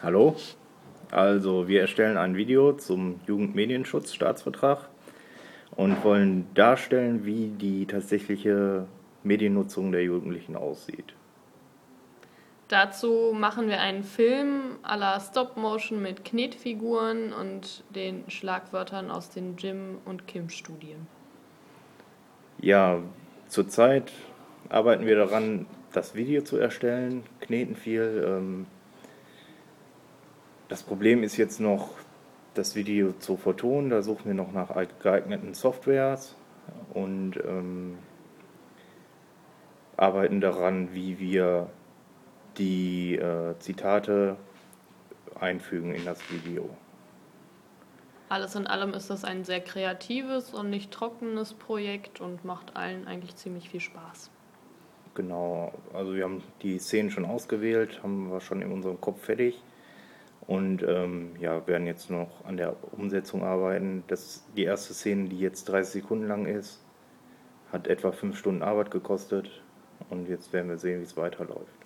Hallo, also wir erstellen ein Video zum Jugendmedienschutzstaatsvertrag und wollen darstellen, wie die tatsächliche Mediennutzung der Jugendlichen aussieht. Dazu machen wir einen Film à la Stop-Motion mit Knetfiguren und den Schlagwörtern aus den Jim- und Kim-Studien. Ja, zurzeit arbeiten wir daran, das Video zu erstellen, kneten viel. Das Problem ist jetzt noch, das Video zu vertonen. Da suchen wir noch nach geeigneten Softwares und arbeiten daran, wie wir die Zitate einfügen in das Video. Alles in allem ist das ein sehr kreatives und nicht trockenes Projekt und macht allen eigentlich ziemlich viel Spaß. Genau, also wir haben die Szenen schon ausgewählt, haben wir schon in unserem Kopf fertig und werden jetzt noch an der Umsetzung arbeiten. Die erste Szene, die jetzt 30 Sekunden lang ist, hat etwa 5 Stunden Arbeit gekostet und jetzt werden wir sehen, wie es weiterläuft.